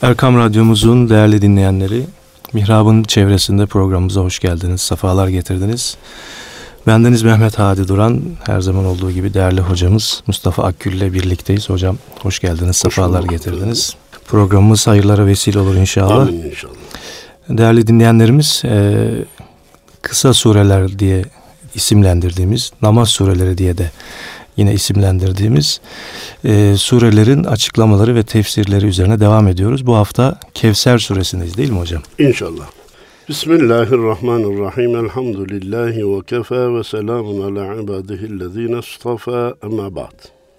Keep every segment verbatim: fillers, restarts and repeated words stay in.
Erkam Radyomuzun değerli dinleyenleri, Mihrab'ın çevresinde programımıza hoş geldiniz, sefalar getirdiniz. Bendeniz Mehmet Hadi Duran, her zaman olduğu gibi değerli hocamız Mustafa Akgül ile birlikteyiz. Hocam hoş geldiniz, sefalar getirdiniz. Programımız hayırlara vesile olur inşallah. Amin inşallah. Değerli dinleyenlerimiz, e, kısa sureler diye isimlendirdiğimiz, namaz sureleri diye de yine isimlendirdiğimiz e, surelerin açıklamaları ve tefsirleri üzerine devam ediyoruz. Bu hafta Kevser suresindeyiz değil mi hocam? İnşallah. Bismillahirrahmanirrahim. Elhamdülillahi ve kefa ve selamun ala ibadihillezine istafa ama ba'd.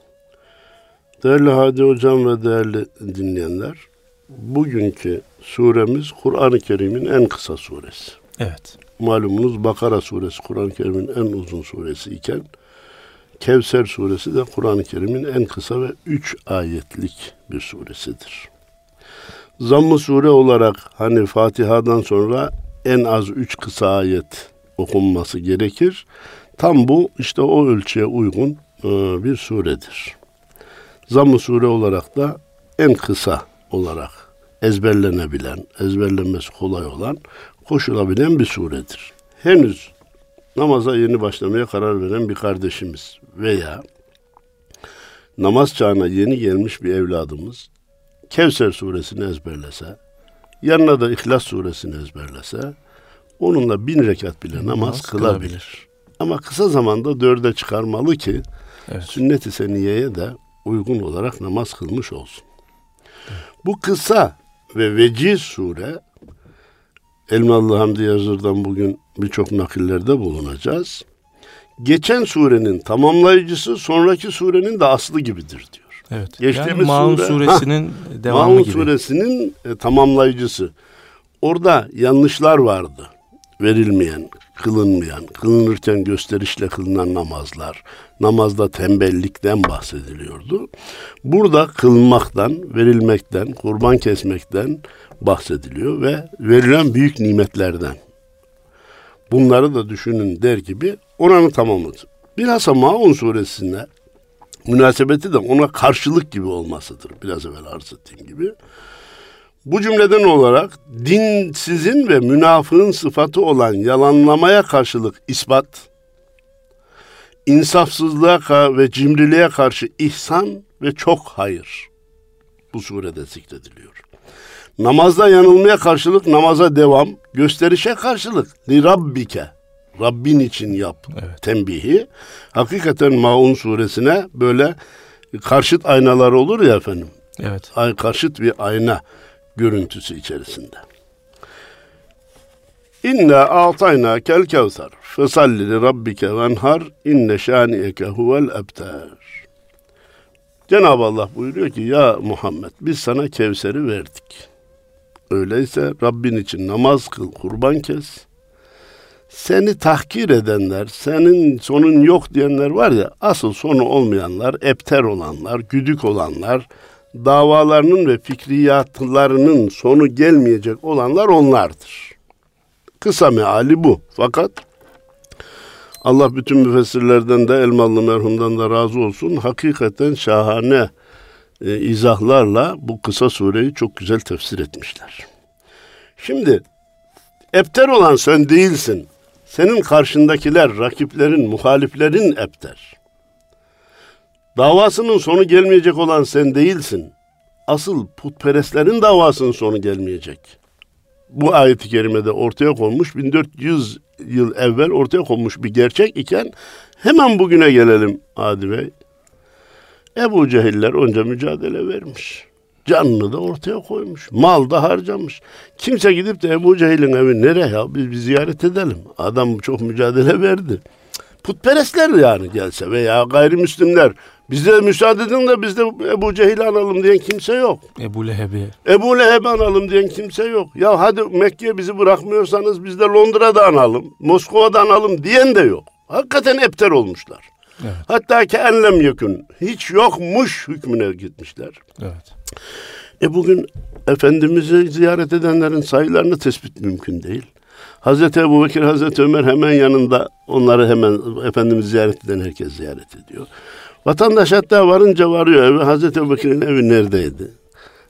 Değerli Hadi hocam ve değerli dinleyenler, bugünkü suremiz Kur'an-ı Kerim'in en kısa suresi. Evet. Malumunuz Bakara suresi Kur'an-ı Kerim'in en uzun suresi iken Kevser suresi de Kur'an-ı Kerim'in en kısa ve üç ayetlik bir suresidir. Zamm-ı sure olarak hani Fatiha'dan sonra en az üç kısa ayet okunması gerekir. Tam bu işte o ölçüye uygun e, bir suredir. Zamm-ı sure olarak da en kısa olarak ezberlenebilen, ezberlenmesi kolay olan, koşulabilen bir suredir. Henüz namaza yeni başlamaya karar veren bir kardeşimiz veya namaz çağına yeni gelmiş bir evladımız Kevser suresini ezberlese, yanına da İhlas suresini ezberlese, onunla bin rekat bile namaz, namaz kılabilir. kılabilir. Ama kısa zamanda dörde çıkarmalı ki evet, sünnet-i seniyeye de uygun olarak namaz kılmış olsun. Evet. Bu kısa ve veciz sure, Elmalı Hamdi Yazır'dan bugün birçok nakillerde bulunacağız. Geçen surenin tamamlayıcısı sonraki surenin de aslı gibidir diyor. Evet. Geçtiğimiz yani Maun sure, suresinin ha, devamı Maun gibi. suresinin e, tamamlayıcısı. Orada yanlışlar vardı. Verilmeyen, kılınmayan, kılınırken gösterişle kılınan namazlar, namazda tembellikten bahsediliyordu. Burada kılmaktan, verilmekten, kurban kesmekten bahsediliyor ve verilen büyük nimetlerden. Bunları da düşünün der gibi oranı tamamladı. Bilhassa Maun suresinde münasebeti de ona karşılık gibi olmasıdır. Biraz evvel arz ettiğim gibi. Bu cümleden olarak dinsizin ve münafığın sıfatı olan yalanlamaya karşılık ispat, insafsızlığa ve cimriliğe karşı ihsan ve çok hayır bu surede zikrediliyor. Namazda yanılmaya karşılık namaza devam, gösterişe karşılık li rabbike, Rabbin için yap evet, tembihi. Hakikaten Maun suresine böyle karşıt aynalar olur ya efendim. Evet. Ay, karşıt bir ayna görüntüsü içerisinde. İnna a'tayna kel kevser fesalli li rabbike venhar inne şani'eke huvel ebtar. Cenab-ı Allah buyuruyor ki ya Muhammed biz sana Kevser'i verdik. Öyleyse Rabbin için namaz kıl, kurban kes. Seni tahkir edenler, senin sonun yok diyenler var ya, asıl sonu olmayanlar, ebter olanlar, güdük olanlar, davalarının ve fikriyatlarının sonu gelmeyecek olanlar onlardır. Kısa meali bu. Fakat Allah bütün müfessirlerden de Elmalı merhumdan da razı olsun. Hakikaten şahane e, izahlarla bu kısa sureyi çok güzel tefsir etmişler. Şimdi ebter olan sen değilsin. Senin karşındakiler, rakiplerin, muhaliflerin ebter. Davasının sonu gelmeyecek olan sen değilsin. Asıl putperestlerin davasının sonu gelmeyecek. Bu ayet-i kerimede ortaya konmuş, bin dört yüz yıl evvel ortaya konmuş bir gerçek iken hemen bugüne gelelim Hadi Bey. Ebu Cehiller onca mücadele vermiş. Canını da ortaya koymuş. Mal da harcamış. Kimse gidip de Ebu Cehil'in evi nereye ya? Biz bir ziyaret edelim. Adam çok mücadele verdi. Putperestler yani gelse veya gayrimüslimler bize müsaade edin de biz de Ebu Cehil'i analım diyen kimse yok. Ebu Leheb'i. Ebu Leheb'i analım diyen kimse yok. Ya hadi Mekke'ye bizi bırakmıyorsanız biz de Londra'da analım, Moskova'da analım diyen de yok. Hakikaten ebter olmuşlar. Evet. Hatta ki enlem yekün, hiç yokmuş hükmüne gitmişler. Evet. E bugün Efendimiz'i ziyaret edenlerin sayılarını tespit mümkün değil. Hazreti Ebubekir, Hazreti Ömer hemen yanında, onları hemen Efendimiz ziyaret eden herkes ziyaret ediyor. Vatandaş hatta varınca varıyor eve, Hazreti Ebubekir'in evi neredeydi?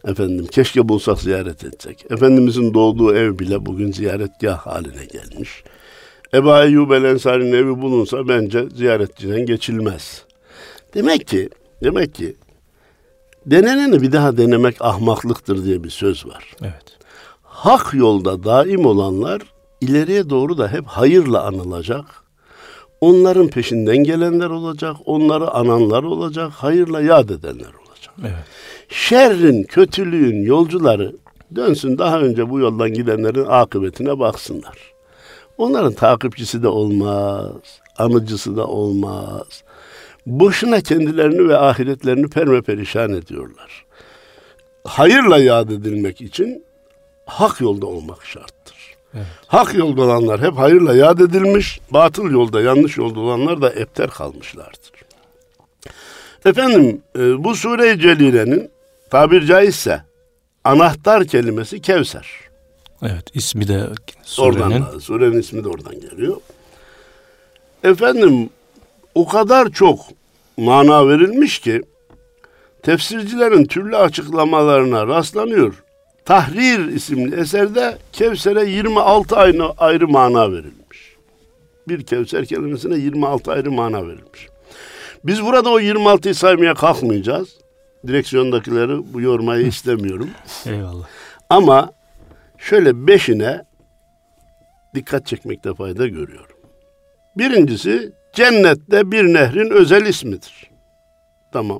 Efendim keşke bulsak ziyaret etsek. Efendimizin doğduğu ev bile bugün ziyaretgah haline gelmiş. Ebu Eyyub el-Ensari'nin evi bulunsa bence ziyaretçiden geçilmez. Demek ki, demek ki deneneni bir daha denemek ahmaklıktır diye bir söz var. Evet. Hak yolda daim olanlar ileriye doğru da hep hayırla anılacak. Onların peşinden gelenler olacak, onları ananlar olacak, hayırla yad edenler olacak. Evet. Şerrin, kötülüğün yolcuları dönsün daha önce bu yoldan gidenlerin akıbetine baksınlar. Onların takipçisi de olmaz, anıcısı da olmaz. Boşuna kendilerini ve ahiretlerini permeperişan ediyorlar. Hayırla yad edilmek için hak yolda olmak şarttır. Evet. Hak yolda olanlar hep hayırla yad edilmiş, batıl yolda, yanlış yolda olanlar da epter kalmışlardır. Efendim, e, bu Sure-i Celile'nin tabir caizse anahtar kelimesi Kevser. Evet, ismi de surenin. Oradan, surenin ismi de oradan geliyor. Efendim, o kadar çok mana verilmiş ki tefsircilerin türlü açıklamalarına rastlanıyor. Tahrir isimli eserde Kevser'e yirmi altı ayrı, ayrı mana verilmiş. Bir Kevser kelimesine yirmi altı ayrı mana verilmiş. Biz burada o yirmi altıyı saymaya kalkmayacağız. Direksiyondakileri bu yormayı istemiyorum. Eyvallah. Ama şöyle beşine dikkat çekmekte fayda görüyorum. Birincisi cennette bir nehrin özel ismidir. Tamam.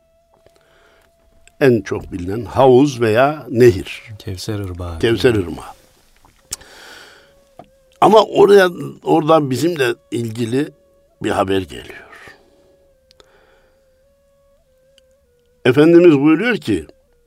En çok bilinen havuz veya nehir. Kevser Irmağı. Kevser Irmağı. Ama oraya oradan bizimle ilgili bir haber geliyor. Efendimiz buyuruyor ki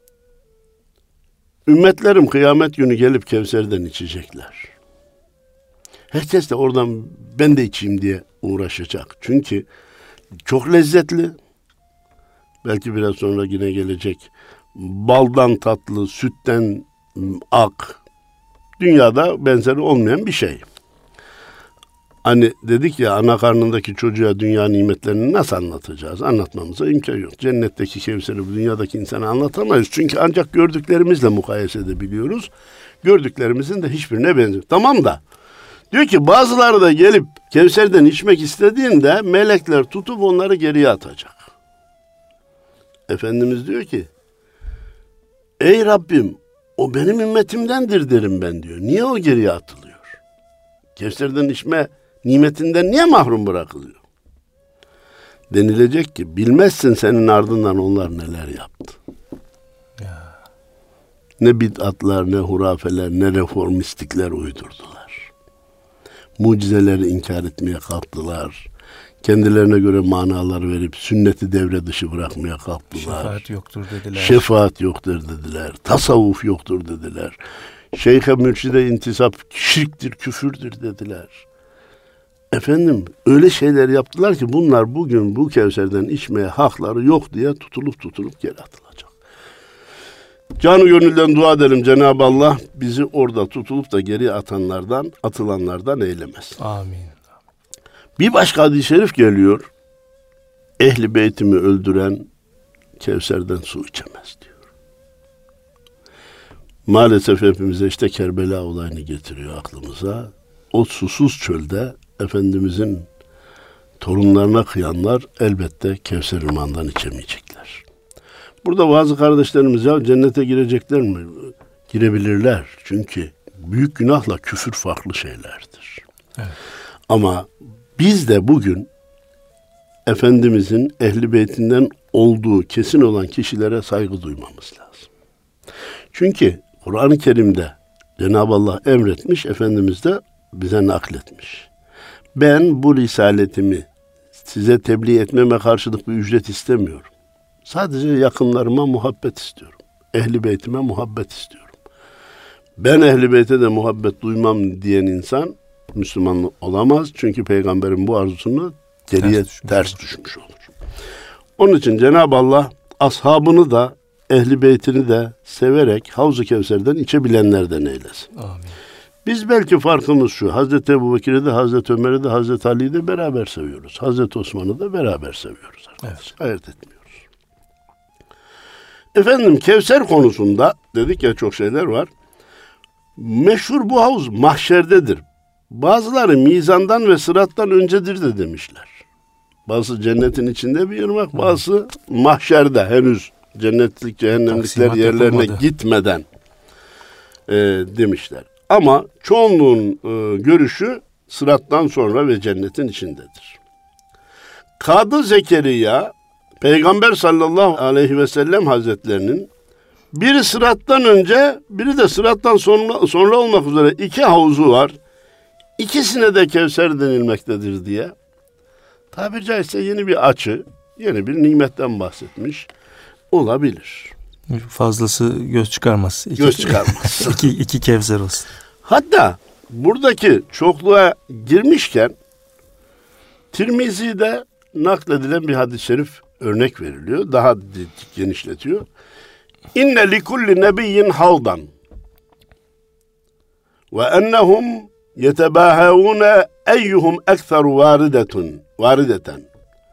ümmetlerim kıyamet günü gelip Kevser'den içecekler. Herkes de oradan ben de içeyim diye uğraşacak. Çünkü çok lezzetli. Belki biraz sonra yine gelecek. Baldan tatlı, sütten ak. Dünyada benzeri olmayan bir şey. Hani dedik ya ana karnındaki çocuğa dünya nimetlerini nasıl anlatacağız? Anlatmamıza imkan yok. Cennetteki Kevser'i bu dünyadaki insana anlatamayız. Çünkü ancak gördüklerimizle mukayese edebiliyoruz. Gördüklerimizin de hiçbirine benziyor. Tamam da diyor ki bazıları da gelip Kevser'den içmek istediğinde melekler tutup onları geriye atacak. Efendimiz diyor ki ey Rabbim o benim ümmetimdendir derim ben diyor. Niye o geriye atılıyor? Kevser'den içme nimetinden niye mahrum bırakılıyor? Denilecek ki bilmezsin senin ardından onlar neler yaptı. Ya. Ne bid'atlar, ne hurafeler, ne reformistikler uydurdular. Mucizeleri inkar etmeye kalktılar. Kendilerine göre manalar verip sünneti devre dışı bırakmaya kalktılar. Şefaat yoktur dediler. Şefaat yoktur dediler. Tasavvuf yoktur dediler. Şeyhe mürşide intisap şirktir, küfürdür dediler. Efendim öyle şeyler yaptılar ki bunlar bugün bu Kevser'den içmeye hakları yok diye tutulup tutulup geri atılacak. Canı gönülden dua edelim Cenab-ı Allah bizi orada tutulup da geri atanlardan, atılanlardan eylemesin. Amin. Bir başka hadis-i şerif geliyor. Ehli beytimi öldüren Kevser'den su içemez diyor. Maalesef hepimize işte Kerbela olayını getiriyor aklımıza. O susuz çölde Efendimizin torunlarına kıyanlar elbette Kevser Irmağı'ndan içemeyecekler. Burada bazı kardeşlerimiz ya cennete girecekler mi? Girebilirler. Çünkü büyük günahla küfür farklı şeylerdir. Evet. Ama biz de bugün Efendimizin Ehl-i Beytinden olduğu kesin olan kişilere saygı duymamız lazım. Çünkü Kur'an-ı Kerim'de Cenab-ı Allah emretmiş, Efendimiz de bize nakletmiş. Ben bu risaletimi size tebliğ etmeme karşılık bir ücret istemiyorum. Sadece yakınlarıma muhabbet istiyorum. Ehl-i Beytime muhabbet istiyorum. Ben Ehl-i Beyt'e de muhabbet duymam diyen insan Müslüman olamaz. Çünkü Peygamberin bu arzusunu geriye ters düşmüş, ters düşmüş olur. Onun için Cenab-ı Allah ashabını da Ehl-i Beytini de severek Havz-ı Kevser'den içebilenlerden eylesin. Amin. Biz belki farkımız şu. Hazreti Ebubekir'i de, Hazreti Ömer'i de, Hazreti Ali'yi de beraber seviyoruz. Hazreti Osman'ı da beraber seviyoruz arkadaşlar. Evet. Ayırt etmiyoruz. Efendim Kevser konusunda dedik ya çok şeyler var. Meşhur bu havuz mahşerdedir. Bazıları mizandan ve sırattan öncedir de demişler. Bazı cennetin içinde bir ırmak, bazı mahşerde henüz cennetlik cehennemlikler Taksimat yerlerine yapılmadı. gitmeden e, demişler. Ama çoğunluğun e, görüşü sırattan sonra ve cennetin içindedir. Kadı Zekeriya, Peygamber sallallahu aleyhi ve sellem hazretlerinin biri sırattan önce, biri de sırattan sonra, sonra olmak üzere iki havuzu var. İkisine de Kevser denilmektedir diye. Tabiri caizse yeni bir açı, yeni bir nimetten bahsetmiş olabilir. Fazlası göz çıkarmaz. İki, Göz çıkarmaz. iki, iki Kevser olsun. Hatta buradaki çokluğa girmişken Tirmizi'de nakledilen bir hadis-i şerif örnek veriliyor. Daha genişletiyor. İnne likulli nebiyyin havdan ve ennehum yetebâhevûne eyyuhum ekseru varidetun varideten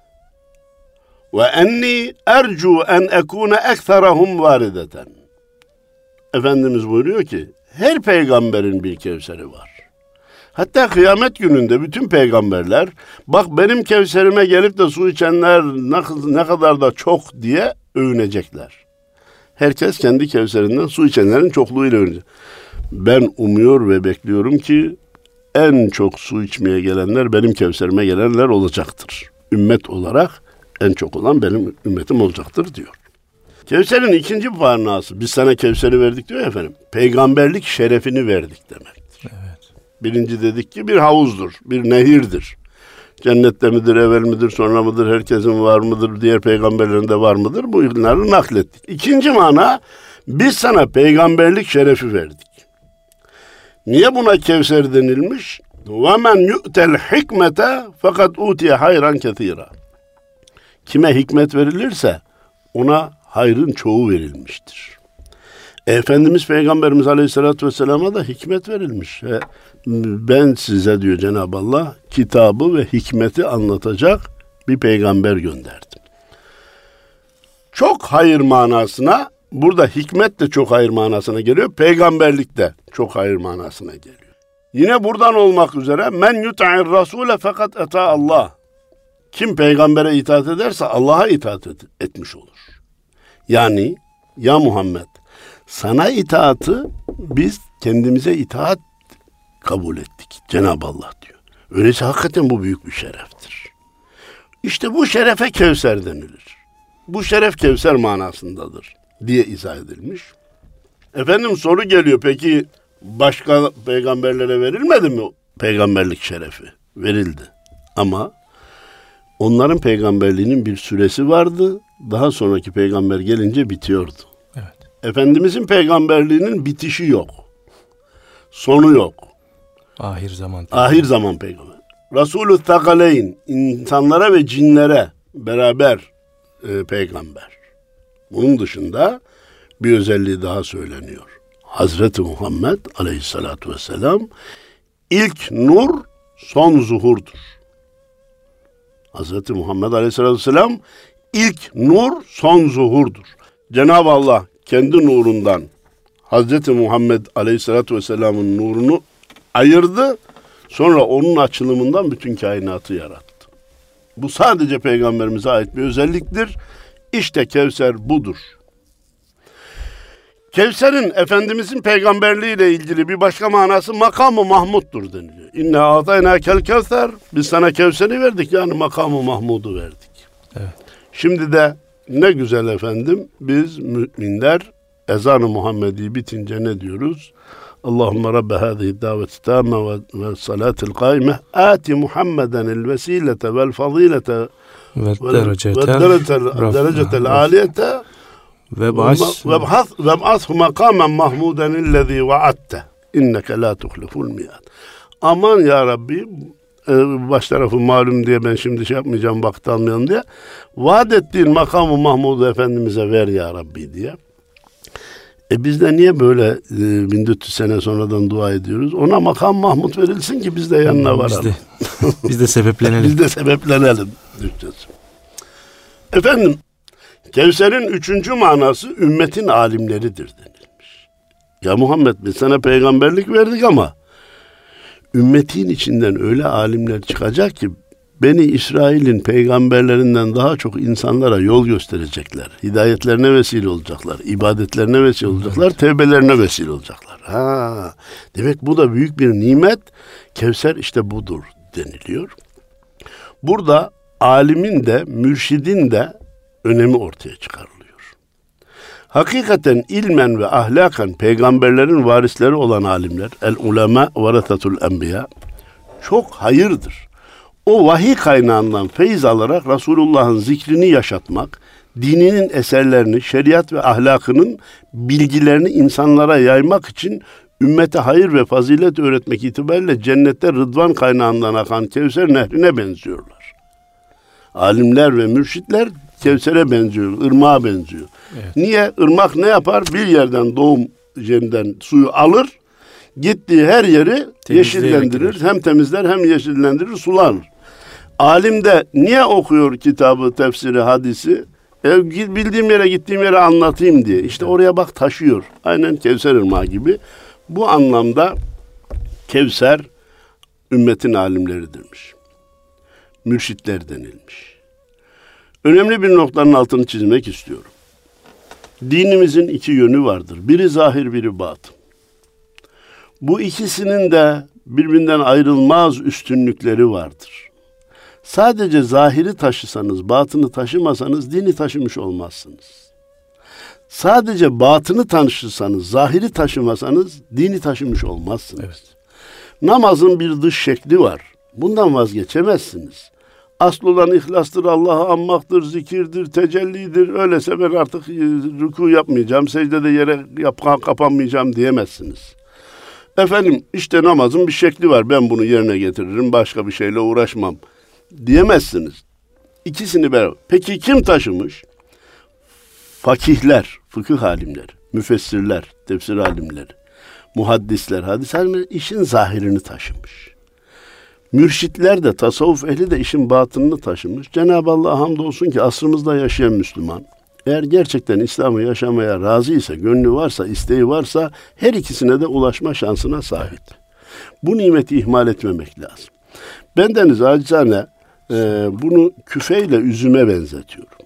ve enni ercu en ekûne ekserahum varideten. Efendimiz buyuruyor ki her peygamberin bir Kevseri var. Hatta kıyamet gününde bütün peygamberler bak benim Kevserime gelip de su içenler ne, ne kadar da çok diye övünecekler. Herkes kendi Kevserinden su içenlerin çokluğuyla övünecek. Ben umuyor ve bekliyorum ki en çok su içmeye gelenler benim Kevserime gelenler olacaktır. Ümmet olarak en çok olan benim ümmetim olacaktır diyor. Kevser'in ikinci manası, biz sana Kevser'i verdik diyor ya efendim. Peygamberlik şerefini verdik demektir. Evet. Birinci dedik ki bir havuzdur, bir nehirdir. Cennette midir, evvel midir, sonra mıdır, herkesin var mıdır, diğer peygamberlerin de var mıdır? Bu ürünleri naklettik. İkinci mana, biz sana peygamberlik şerefi verdik. Niye buna Kevser denilmiş? وَمَنْ يُؤْتَ الْحِكْمَةَ fakat utiye hayran kethira. Kime hikmet verilirse ona hayrın çoğu verilmiştir. Efendimiz Peygamberimiz Aleyhisselatü Vesselam'a da hikmet verilmiş. E, ben size diyor Cenab-ı Allah kitabı ve hikmeti anlatacak bir peygamber gönderdim. Çok hayır manasına, burada hikmet de çok hayır manasına geliyor. Peygamberlik de çok hayır manasına geliyor. Yine buradan olmak üzere men yut'ir rasule fakat eta Allah. Kim peygambere itaat ederse Allah'a itaat et, etmiş olur. Yani ya Muhammed sana itaatı biz kendimize itaat kabul ettik. Cenab-ı Allah diyor. Öyleyse hakikaten bu büyük bir şereftir. İşte bu şerefe Kevser denilir. Bu şeref Kevser manasındadır diye izah edilmiş. Efendim soru geliyor, peki başka peygamberlere verilmedi mi peygamberlik şerefi? Verildi. Ama onların peygamberliğinin bir süresi vardı. Daha sonraki peygamber gelince bitiyordu. Evet. Efendimizin peygamberliğinin bitişi yok. Sonu yok. Ahir zaman. Ahir zaman peygamber. Resulü Thakaleyn, insanlara ve cinlere beraber e, peygamber. Bunun dışında bir özelliği daha söyleniyor. Hazreti Muhammed Aleyhisselatü Vesselam ilk nur, son zuhurdur. Hazreti Muhammed Aleyhisselatü Vesselam ilk nur, son zuhurdur. Cenab-ı Allah kendi nurundan Hazreti Muhammed Aleyhisselatü Vesselam'ın nurunu ayırdı. Sonra onun açılımından bütün kainatı yarattı. Bu sadece peygamberimize ait bir özelliktir. İşte Kevser budur. Kevser'in Efendimizin peygamberliğiyle ilgili bir başka manası makamı Mahmud'dur deniliyor. İnne atayna kel Kevser. Biz sana Kevser'i verdik, yani makamı Mahmud'u verdik. Evet. Şimdi de ne güzel efendim, biz müminler ezan-ı Muhammedi bitince ne diyoruz? Allahümme Rabbe hâzihi daveti tâme ve salâtil kâime âti Muhammedenil vesilete vel fazilete Ve ve derecetel âliyete ve baş ve b'ath makamen mahmudenillezî vaadte inneke lâ tuhliful mi'ad. Aman ya Rabbi, baş tarafı malum diye ben şimdi şey yapmayacağım, vakit almayalım diye. Vaat ettiğin makamı Mahmud'u Efendimiz'e ver ya Rabbi diye. E biz de niye böyle e, bin dört yüz sene sonradan dua ediyoruz? Ona makam Mahmud verilsin ki biz de yanına varalım. Biz de, biz de sebeplenelim. biz de sebeplenelim. Efendim, Kevser'in üçüncü manası ümmetin alimleridir denilmiş. Ya Muhammed, biz sana peygamberlik verdik ama ümmetin içinden öyle alimler çıkacak ki Beni İsrail'in peygamberlerinden daha çok insanlara yol gösterecekler. Hidayetlerine vesile olacaklar. İbadetlerine vesile olacaklar. Evet. Tevbelerine vesile olacaklar. Ha, demek bu da büyük bir nimet. Kevser işte budur deniliyor. Burada alimin de mürşidin de önemi ortaya çıkarılıyor. Hakikaten ilmen ve ahlaken peygamberlerin varisleri olan alimler, el ulema varasatul enbiya, çok hayırdır. O vahiy kaynağından feyiz alarak Resulullah'ın zikrini yaşatmak, dininin eserlerini, şeriat ve ahlakının bilgilerini insanlara yaymak için ümmete hayır ve fazilet öğretmek itibariyle cennette rıdvan kaynağından akan Kevser nehrine benziyorlar. Alimler ve mürşitler Kevser'e benziyor, ırmağa benziyor. Evet. Niye? Irmak ne yapar? Bir yerden doğum yerinden suyu alır, gittiği her yeri yeşillendirir. Hem temizler hem yeşillendirir, sular. Alim de niye okuyor kitabı, tefsiri, hadisi? E, bildiğim yere, gittiğim yere anlatayım diye. İşte oraya bak, taşıyor. Aynen Kevser ırmağı gibi. Bu anlamda Kevser ümmetin alimleridirmiş. Mürşitler denilmiş. Önemli bir noktanın altını çizmek istiyorum. Dinimizin iki yönü vardır. Biri zahir, biri batın. Bu ikisinin de birbirinden ayrılmaz üstünlükleri vardır. Sadece zahiri taşısanız, batını taşımasanız dini taşımış olmazsınız. Sadece batını taşırsanız, zahiri taşımasanız dini taşımış olmazsınız. Evet. Namazın bir dış şekli var. Bundan vazgeçemezsiniz. Asıl olan ihlastır, Allah'ı anmaktır, zikirdir, tecellidir. Öyleyse ben artık rükû yapmayacağım, secdede yere yap- kapanmayacağım diyemezsiniz. Efendim işte namazın bir şekli var, ben bunu yerine getiririm, başka bir şeyle uğraşmam diyemezsiniz. İkisini beraber. Peki kim taşımış? Fakihler, fıkıh alimleri, müfessirler, tefsir alimleri, muhaddisler, hadis alimleri işin zahirini taşımış. Mürşitler de, tasavvuf ehli de işin batınını taşımış. Cenab-ı Allah'a hamdolsun ki asrımızda yaşayan Müslüman, eğer gerçekten İslam'ı yaşamaya razı ise, gönlü varsa, isteği varsa her ikisine de ulaşma şansına sahip. Bu nimeti ihmal etmemek lazım. Bendeniz acizane e, bunu küfeyle üzüme benzetiyorum.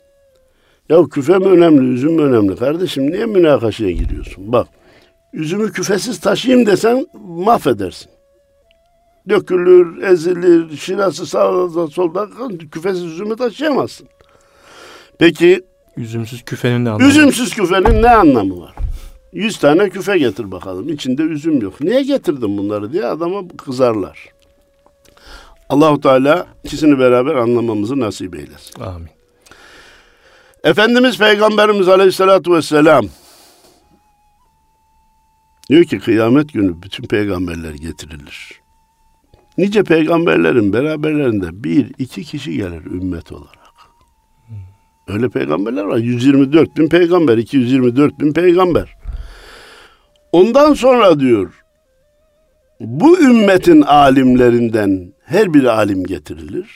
Ya küfe mi önemli, üzüm mü önemli? Kardeşim niye münakaşaya giriyorsun? Bak, üzümü küfesiz taşıyayım desen mahvedersin. Dökülür, ezilir, şirası sağda solda, küfesiz üzümü taşıyamazsın. Peki üzümsüz küfenin ne anlamı? Üzümsüz küfenin ne anlamı var? Yüz tane küfe getir bakalım. İçinde üzüm yok. Niye getirdin bunları diye adama kızarlar. Allahu Teala ikisini beraber anlamamızı nasip eylesin. Amin. Efendimiz Peygamberimiz Aleyhisselatü Vesselam diyor ki kıyamet günü bütün peygamberler getirilir. Nice peygamberlerin beraberlerinde bir, iki kişi gelir ümmet olarak. Öyle peygamberler var. yüz yirmi dört bin peygamber, iki yüz yirmi dört bin peygamber. Ondan sonra diyor, bu ümmetin alimlerinden her bir alim getirilir.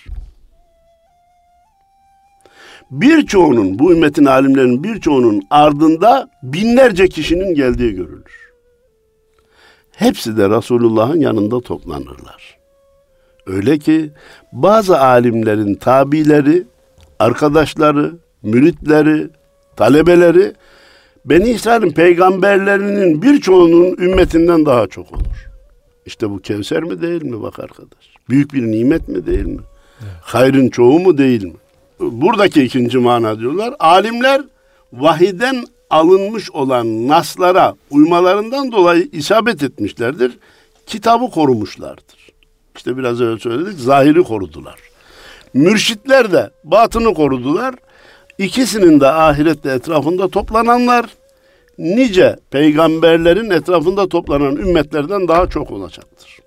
Birçoğunun, bu ümmetin alimlerinin birçoğunun ardında binlerce kişinin geldiği görülür. Hepsi de Resulullah'ın yanında toplanırlar. Öyle ki bazı alimlerin tabileri, arkadaşları, müritleri, talebeleri Beni İsrail'in peygamberlerinin birçoğunun ümmetinden daha çok olur. İşte bu Kevser mi değil mi bak arkadaş? Büyük bir nimet mi değil mi? Evet. Hayrın çoğu mu değil mi? Buradaki ikinci mana diyorlar. Alimler vahiden alınmış olan naslara uymalarından dolayı isabet etmişlerdir. Kitabı korumuşlardır. İşte biraz öyle söyledik. Zahiri korudular. Mürşitler de batını korudular. İkisinin de ahirette etrafında toplananlar nice peygamberlerin etrafında toplanan ümmetlerden daha çok olacaktır.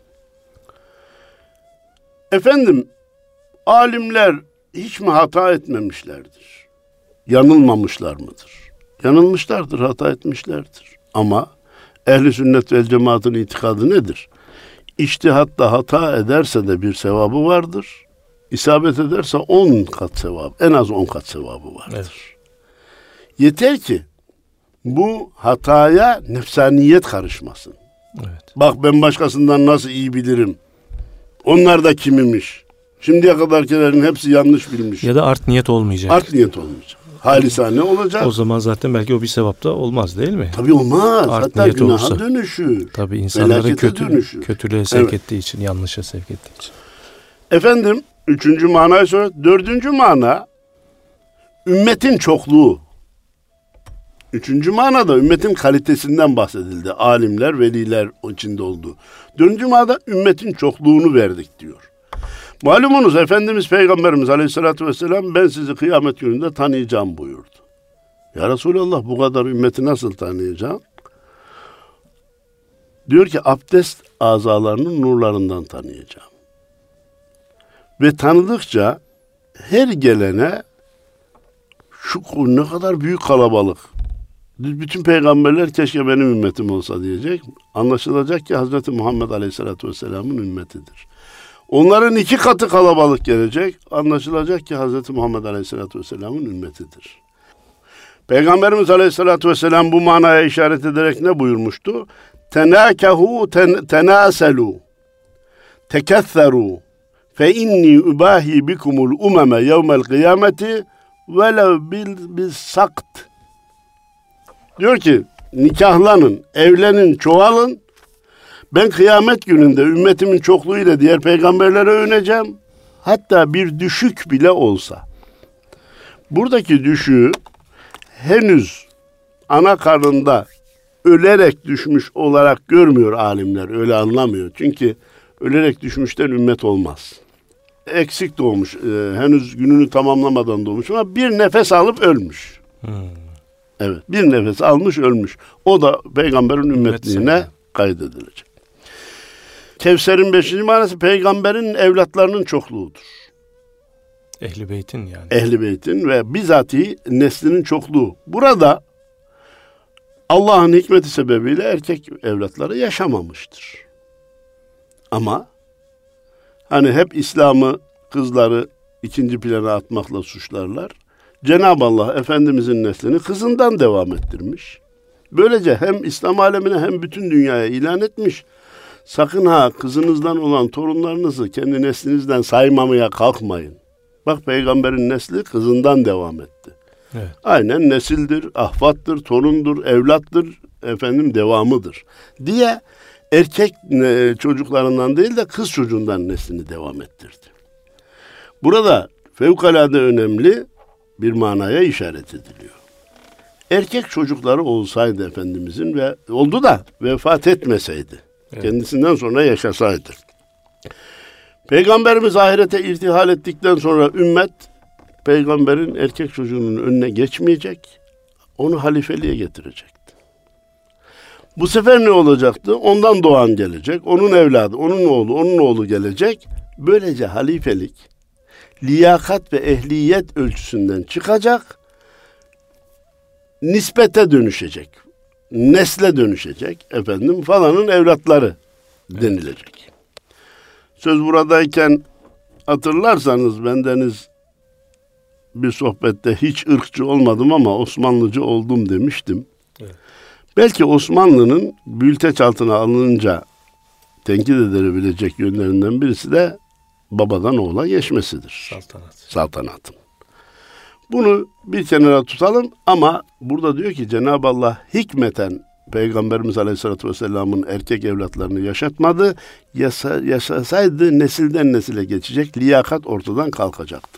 Efendim, alimler hiç mi hata etmemişlerdir? Yanılmamışlar mıdır? Yanılmışlardır, hata etmişlerdir. Ama ehl-i sünnet vel cemaatın itikadı nedir? İçtihatta hata ederse de bir sevabı vardır. isabet ederse on kat sevap, en az on kat sevabı vardır. Evet. Yeter ki bu hataya nefsaniyet karışmasın. Evet. Bak ben başkasından nasıl iyi bilirim. Onlar da kimmiş? Şimdiye kadarkilerin hepsi yanlış bilmiş. Ya da art niyet olmayacak. Art niyet olmayacak. Halisane olacak. O zaman zaten belki o bir sevap da olmaz değil mi? Tabii olmaz. Art Hatta niyet günaha olursa. dönüşür. Tabii insanları Felakete kötü, dönüşür. kötülüğe sevk Evet. ettiği için, yanlışa sevk ettiği için. Efendim, üçüncü manayı sonra, dördüncü mana, ümmetin çokluğu. Üçüncü manada ümmetin kalitesinden bahsedildi. Alimler, veliler o içinde oldu. Dördüncü manada ümmetin çokluğunu verdik diyor. Malumunuz Efendimiz Peygamberimiz Aleyhisselatü Vesselam ben sizi kıyamet gününde tanıyacağım buyurdu. Ya Resulallah bu kadar ümmeti nasıl tanıyacağım? Diyor ki abdest azalarının nurlarından tanıyacağım. Ve tanıdıkça her gelene şu ne kadar büyük kalabalık. Bütün peygamberler keşke benim ümmetim olsa diyecek. Anlaşılacak ki Hazreti Muhammed Aleyhisselatü Vesselam'ın ümmetidir. Onların iki katı kalabalık gelecek. Anlaşılacak ki Hazreti Muhammed Aleyhisselatü Vesselam'ın ümmetidir. Peygamberimiz Aleyhisselatü Vesselam bu manaya işaret ederek ne buyurmuştu? Tenâkehu ten, tenâselû teketherû fe inni ubahi bikumul umeme yevmel kıyameti velev bil bis sakt. Diyor ki nikahlanın, evlenin, çoğalın. Ben kıyamet gününde ümmetimin çokluğuyla diğer peygamberlere övüneceğim. Hatta bir düşük bile olsa. Buradaki düşüğü henüz ana karnında ölerek düşmüş olarak görmüyor alimler. Öyle anlamıyor. Çünkü ölerek düşmüşten ümmet olmaz. Eksik doğmuş. E, henüz gününü tamamlamadan doğmuş ama bir nefes alıp ölmüş. Hmm. Evet. Bir nefes almış ölmüş. O da peygamberin ümmetliğine Ümmet kaydedilecek. Kevser'in beşinci manası peygamberin evlatlarının çokluğudur. Ehli beytin yani. Ehli beytin ve bizatihi neslinin çokluğu. Burada Allah'ın hikmeti sebebiyle erkek evlatları yaşamamıştır. Ama hani hep İslam'ı kızları ikinci plana atmakla suçlarlar. Cenab-ı Allah Efendimizin neslini kızından devam ettirmiş. Böylece hem İslam alemine hem bütün dünyaya ilan etmiş. Sakın ha kızınızdan olan torunlarınızı kendi neslinizden saymamaya kalkmayın. Bak peygamberin nesli kızından devam etti. Evet. Aynen nesildir, ahvattır, torundur, evlattır, efendim devamıdır diye erkek çocuklarından değil de kız çocuğundan neslini devam ettirdi. Burada fevkalade önemli bir manaya işaret ediliyor. Erkek çocukları olsaydı Efendimizin ve oldu da vefat etmeseydi, evet, kendisinden sonra yaşasaydı. Peygamberimiz ahirete irtihal ettikten sonra ümmet peygamberin erkek çocuğunun önüne geçmeyecek, onu halifeliğe getirecekti. Bu sefer ne olacaktı? Ondan doğan gelecek, onun evladı, onun oğlu, onun oğlu gelecek. Böylece halifelik liyakat ve ehliyet ölçüsünden çıkacak, nispete dönüşecek, nesle dönüşecek, efendim falanın evlatları denilecek. Söz buradayken hatırlarsanız bendeniz bir sohbette hiç ırkçı olmadım ama Osmanlıcı oldum demiştim. Evet. Belki Osmanlı'nın bülteç altına alınınca tenkit edilebilecek yönlerinden birisi de babadan oğula geçmesidir. Saltanat. Saltanatın. Bunu bir kenara tutalım ama burada diyor ki Cenab-ı Allah hikmeten Peygamberimiz Aleyhisselatü Vesselam'ın erkek evlatlarını yaşatmadı. Yasa, yaşasaydı nesilden nesile geçecek, liyakat ortadan kalkacaktı.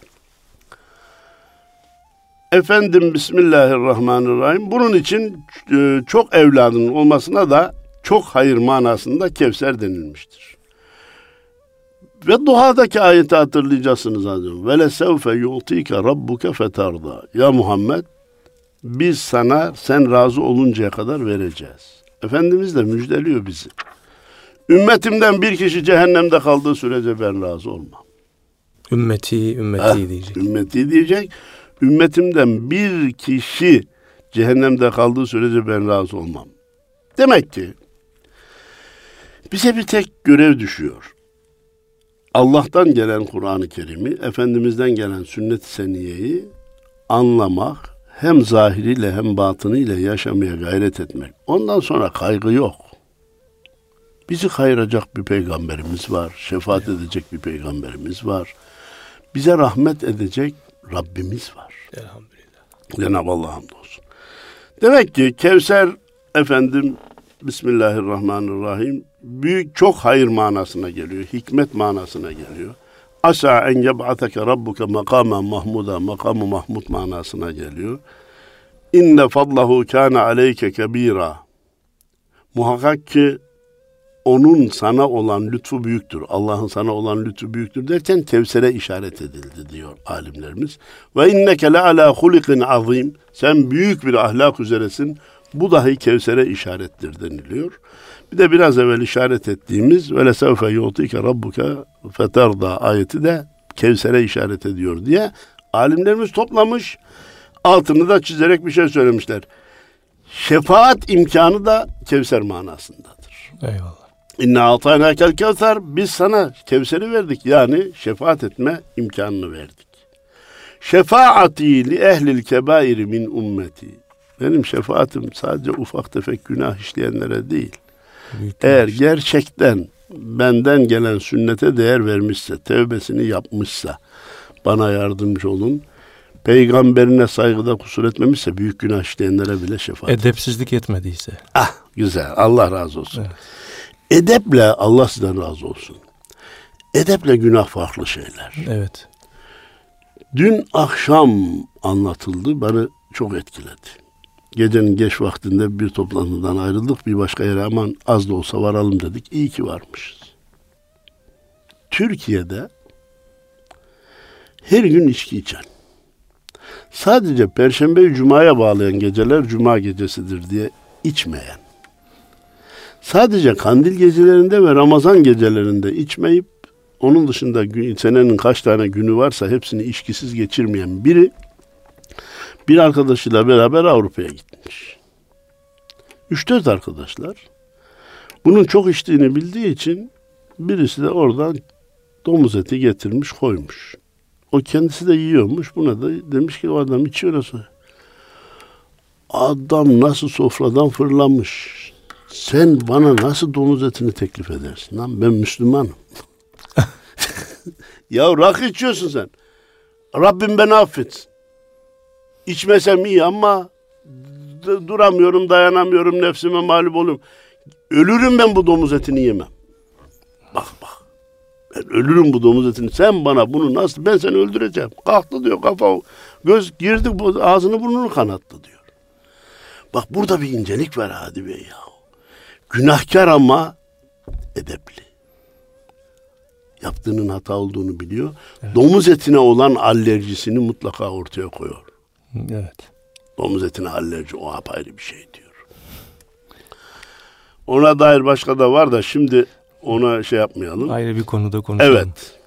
Efendim Bismillahirrahmanirrahim. Bunun için e, çok evladının olmasına da çok hayır manasında Kevser denilmiştir. Ve duhadaki ayeti hatırlayacaksınız azim. Ve lesevfe yu'tike rabbuke fetarda. Ya Muhammed, biz sana sen razı oluncaya kadar vereceğiz. Efendimiz de müjdeliyor bizi. Ümmetimden bir kişi cehennemde kaldığı sürece ben razı olmam. Ümmeti, ümmeti ha, diyecek. Ümmeti diyecek. Ümmetimden bir kişi cehennemde kaldığı sürece ben razı olmam. Demek ki bize bir tek görev düşüyor. Allah'tan gelen Kur'an-ı Kerim'i, Efendimiz'den gelen sünnet-i seniyeyi anlamak, hem zahiriyle hem batınıyla yaşamaya gayret etmek. Ondan sonra kaygı yok. Bizi kayıracak bir peygamberimiz var, şefaat edecek bir peygamberimiz var. Bize rahmet edecek Rabbimiz var. Elhamdülillah. Cenab-ı Allah hamdolsun. Demek ki Kevser efendim Bismillahirrahmanirrahim büyük çok hayır manasına geliyor. Hikmet manasına geliyor. Asa en yeb'ateke rabbuke makamen mahmuda, makamı mahmud manasına geliyor. İnne fadlahu kâne aleyke kebîrâ. Muhakkak ki onun sana olan lütfu büyüktür. Allah'ın sana olan lütfu büyüktür derken Kevser'e işaret edildi diyor alimlerimiz. Ve inneke le ala hulikin azim. Sen büyük bir ahlak üzeresin. Bu dahi Kevser'e işarettir deniliyor. Bir de biraz evvel işaret ettiğimiz ve lesevfe yu'tike rabbuke feterda ayeti de Kevser'e işaret ediyor diye alimlerimiz toplamış. Altını da çizerek bir şey söylemişler. Şefaat imkanı da Kevser manasındadır. Eyvallah. İnne ataynakel kevser, biz sana Kevser'i verdik. Yani şefaat etme imkanını verdik. Şefaati li ehlil kebairi min ümmeti. Benim şefaatim sadece ufak tefek günah işleyenlere değil. Büyük Eğer günah. Gerçekten benden gelen sünnete değer vermişse, tevbesini yapmışsa, bana yardımcı olun. Peygamberine saygıda kusur etmemişse, büyük günah işleyenlere bile şefaat. Edepsizlik etmediyse. Ah, güzel. Allah razı olsun. Evet. Edeple Allah sizden razı olsun. Edeple günah farklı şeyler. Evet. Dün akşam anlatıldı, beni çok etkiledi. Gecenin geç vaktinde bir toplantıdan ayrıldık, bir başka yere aman az da olsa varalım dedik. İyi ki varmışız. Türkiye'de her gün içki içen, sadece Perşembeyi Cuma'ya bağlayan geceler Cuma gecesidir diye içmeyen, sadece kandil gecelerinde ve Ramazan gecelerinde içmeyip, onun dışında senenin kaç tane günü varsa hepsini içkisiz geçirmeyen biri, bir arkadaşıyla beraber Avrupa'ya gitmiş. Üç dört arkadaşlar. Bunun çok içtiğini bildiği için birisi de oradan domuz eti getirmiş, koymuş. O kendisi de yiyormuş. Buna da demiş ki o adam içiyor nasıl? Adam nasıl sofradan fırlamış. Sen bana nasıl domuz etini teklif edersin lan? Ben Müslümanım. Ya rakı içiyorsun sen. Rabbim beni affetsin. İçmesem iyi ama d- duramıyorum, dayanamıyorum, nefsime mağlup oluyorum. Ölürüm ben bu domuz etini yemem. Bak bak. Ben ölürüm bu domuz etini. Sen bana bunu nasıl, ben seni öldüreceğim. Kalktı diyor, kafa göz girdi, ağzını burnunu kanattı diyor. Bak burada bir incelik var Hadi Bey ya. Günahkar ama edepli. Yaptığının hata olduğunu biliyor. Evet. Domuz etine olan alerjisini mutlaka ortaya koyuyor. Evet. Domuz etine alerji o apayrı bir şey diyor. Ona dair başka da var da şimdi ona şey yapmayalım. Ayrı bir konuda konuşalım. Evet.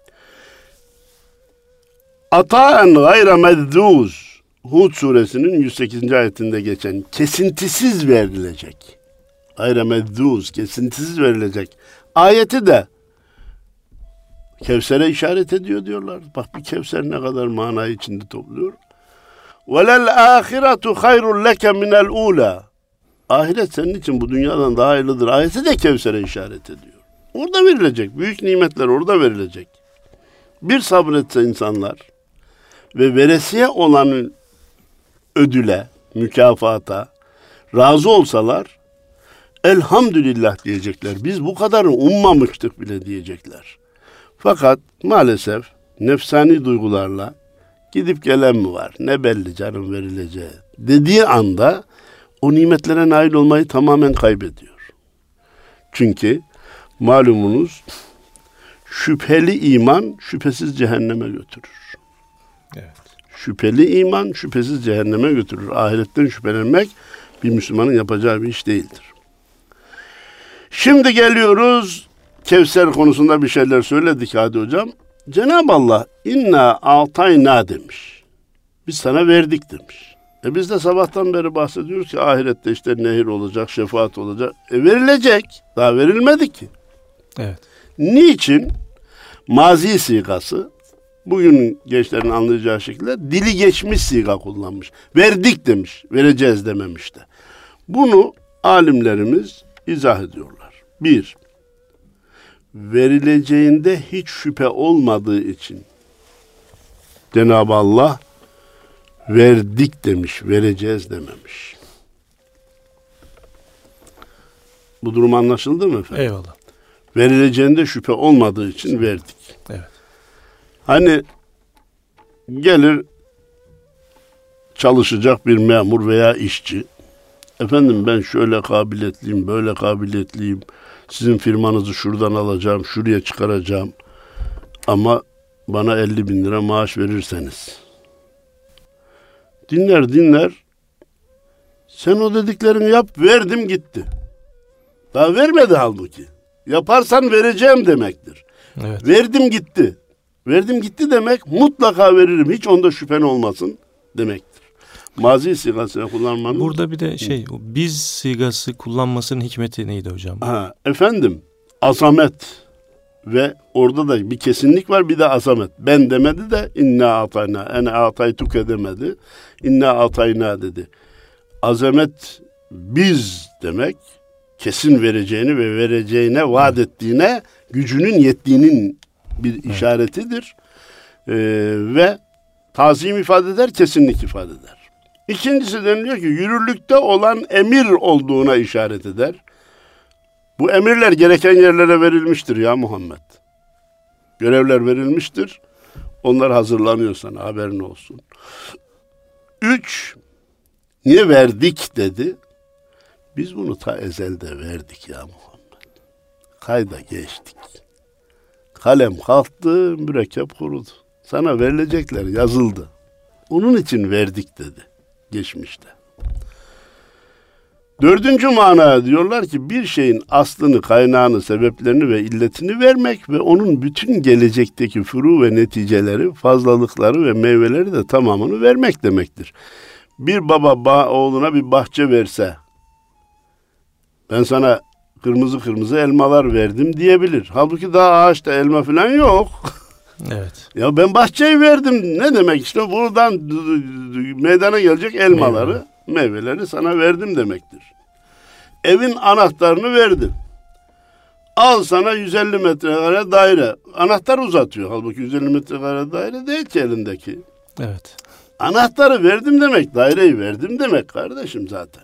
Ataen gayre mezzuz. Hud suresinin yüz sekizinci ayetinde geçen kesintisiz verilecek. Gayre mezzuz, kesintisiz verilecek. Ayeti de Kevser'e işaret ediyor diyorlar. Bak bir Kevser ne kadar manayı içinde topluyor. Velel ahiretu hayrun leke minel ula. Ahiret senin için bu dünyadan daha hayırlıdır. Ayeti de Kevser'e işaret ediyor. Orada verilecek. Büyük nimetler orada verilecek. Bir sabretse insanlar ve veresiye olan ödüle, mükafata razı olsalar elhamdülillah diyecekler. Biz bu kadarını ummamıştık bile diyecekler. Fakat maalesef nefsani duygularla gidip gelen mi var? Ne belli canım verileceği dediği anda o nimetlere nail olmayı tamamen kaybediyor. Çünkü malumunuz şüpheli iman şüphesiz cehenneme götürür. Evet. Şüpheli iman şüphesiz cehenneme götürür. Ahiretten şüphelenmek bir Müslümanın yapacağı bir iş değildir. Şimdi geliyoruz. Kevser konusunda bir şeyler söyledik Hadi Hocam. Cenab-ı Allah inna atayna demiş. Biz sana verdik demiş. E biz de sabahtan beri bahsediyoruz ki ahirette işte nehir olacak, şefaat olacak. E verilecek. Daha verilmedi ki. Evet. Niçin? mazi sigası, bugünün gençlerin anlayacağı şekilde dili geçmiş siga kullanmış. Verdik demiş, vereceğiz dememiş de. Bunu alimlerimiz izah ediyorlar. Bir, verileceğinde hiç şüphe olmadığı için Cenab-ı Allah verdik demiş, vereceğiz dememiş. Bu durum anlaşıldı mı efendim? Eyvallah. Verileceğinde şüphe olmadığı için verdik. Evet. Hani gelir çalışacak bir memur veya işçi. Efendim ben şöyle kabiliyetliyim, böyle kabiliyetliyim. Sizin firmanızı şuradan alacağım, şuraya çıkaracağım. Ama bana elli bin lira maaş verirseniz. Dinler dinler. Sen o dediklerini yap, verdim gitti. Daha vermedi halbuki. Yaparsan vereceğim demektir. Evet. Verdim gitti. Verdim gitti demek mutlaka veririm. Hiç onda şüphen olmasın demektir. Mazi sigasını kullanmanın... Burada bir de şey, biz sigası kullanmasının hikmeti neydi hocam? Ha, efendim, azamet ve orada da bir kesinlik var, bir de azamet. Ben demedi de inna atayna, ene ataytuke demedi. İnna atayna dedi. Azamet biz demek, kesin vereceğini ve vereceğine vaat ettiğine gücünün yettiğinin bir işaretidir. Ee, ve tazim ifade eder, kesinlik ifade eder. İkincisi deniliyor ki yürürlükte olan emir olduğuna işaret eder. Bu emirler gereken yerlere verilmiştir ya Muhammed. Görevler verilmiştir. Onlar hazırlanıyor sana, haberin olsun. Üç, niye verdik dedi? Biz bunu ta ezelde verdik ya Muhammed. Kayda geçtik. Kalem kalktı, mürekkep kurudu. Sana verilecekler yazıldı. Onun için verdik dedi geçmişte. Dördüncü manaya diyorlar ki bir şeyin aslını, kaynağını, sebeplerini ve illetini vermek ve onun bütün gelecekteki furu ve neticeleri, fazlalıkları ve meyveleri de tamamını vermek demektir. Bir baba ba- oğluna bir bahçe verse, ben sana kırmızı kırmızı elmalar verdim diyebilir. Halbuki daha ağaçta elma falan yok. Evet. Ya ben bahçeyi verdim. Ne demek işte buradan meydana gelecek elmaları, Meyve. meyveleri sana verdim demektir. Evin anahtarını verdim. Al sana yüz elli metrekare daire. Anahtar uzatıyor. Halbuki yüz elli metrekare daire değil ki elindeki. Evet. Anahtarı verdim demek, daireyi verdim demek kardeşim zaten.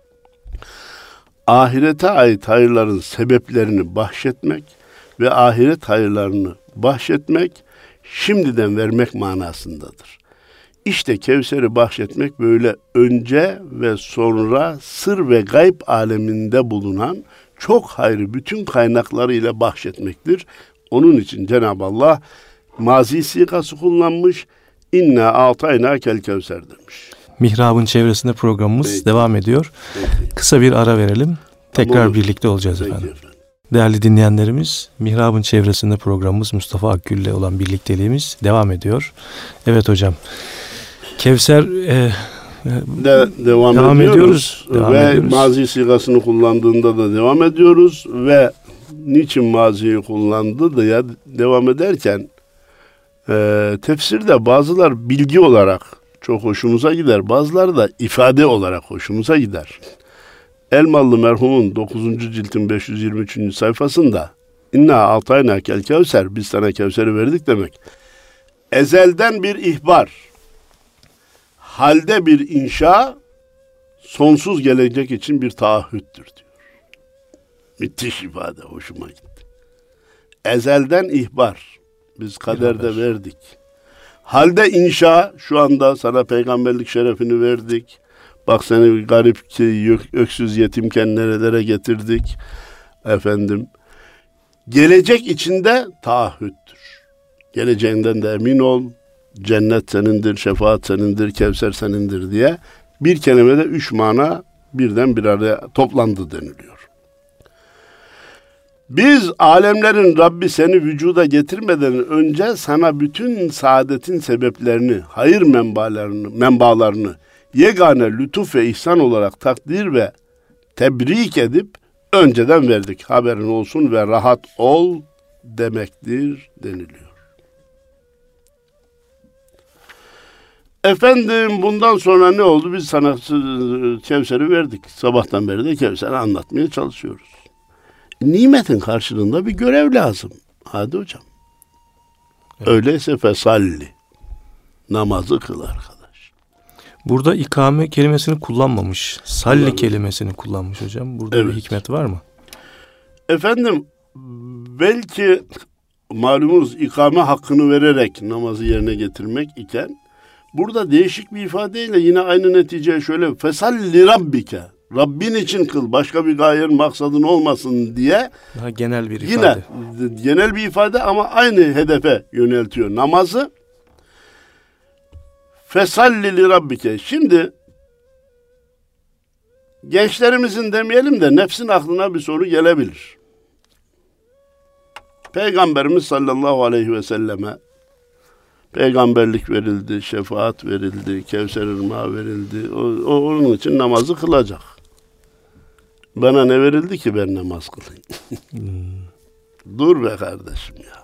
Ahirete ait hayırların sebeplerini bahşetmek ve ahiret hayırlarını bahşetmek, şimdiden vermek manasındadır. İşte Kevser'i bahşetmek böyle önce ve sonra sır ve gayb aleminde bulunan çok hayrı bütün kaynaklarıyla bahşetmektir. Onun için Cenab-ı Allah mazi sigası kullanmış, inna atayna kel kevser demiş. Mihrab'ın çevresinde programımız Peki. devam ediyor. Peki. Kısa bir ara verelim. Tekrar tamam. birlikte olacağız Peki efendim. efendim. Değerli dinleyenlerimiz, Mihrab'ın çevresinde programımız Mustafa Akgül ile olan birlikteliğimiz devam ediyor. Evet hocam. Kevser e, De, devam, devam ediyoruz, ediyoruz. Devam ve ediyoruz. Mazi sigasını kullandığında da devam ediyoruz ve niçin maziyi kullandı diye devam ederken e, tefsirde bazılar bilgi olarak çok hoşumuza gider, bazıları da ifade olarak hoşumuza gider. Elmalı merhumun dokuzuncu ciltin beş yüz yirmi üçüncü sayfasında inna atayna kel kevser, biz sana Kevser'i verdik demek. Ezelden bir ihbar, halde bir inşa, sonsuz gelecek için bir taahhüttür diyor. Müthiş ifade, hoşuma gitti. Ezelden ihbar, biz kaderde verdik. Halde inşa, şu anda sana peygamberlik şerefini verdik. Bak seni garip, öksüz, yetimken nerelere getirdik. Efendim, gelecek içinde taahhüttür. Geleceğinden de emin ol. Cennet senindir, şefaat senindir, Kevser senindir diye bir kelimede üç mana birden bir araya toplandı deniliyor. Biz alemlerin Rabbi seni vücuda getirmeden önce sana bütün saadetin sebeplerini, hayır menbalarını, menbalarını yegane lütuf ve ihsan olarak takdir ve tebrik edip önceden verdik. Haberin olsun ve rahat ol demektir deniliyor. Efendim bundan sonra ne oldu? Biz sana Kevser'i verdik. Sabahtan beri de Kevser'i anlatmaya çalışıyoruz. Nimetin karşılığında bir görev lazım. Hadi hocam. Evet. Öyleyse fesalli. Namazı kıl arkadaş. Burada ikame kelimesini kullanmamış. Salli Kullanmış. kelimesini kullanmış hocam. Burada evet. bir hikmet var mı? Efendim belki malumunuz ikame hakkını vererek namazı yerine getirmek iken burada değişik bir ifadeyle yine aynı neticeye şöyle fesalli rabbike. Rabbin için kıl, başka bir gayenin maksadın olmasın diye. Daha genel bir ifade. Yine genel bir ifade ama aynı hedefe yöneltiyor namazı. Fesalli li rabbike. Şimdi gençlerimizin demeyelim de nefsin aklına bir soru gelebilir. Peygamberimiz sallallahu aleyhi ve selleme peygamberlik verildi, şefaat verildi, Kevser ırmağı verildi. O, o onun için namazı kılacak. Bana ne verildi ki ben namaz kılayım? hmm. Dur be kardeşim ya.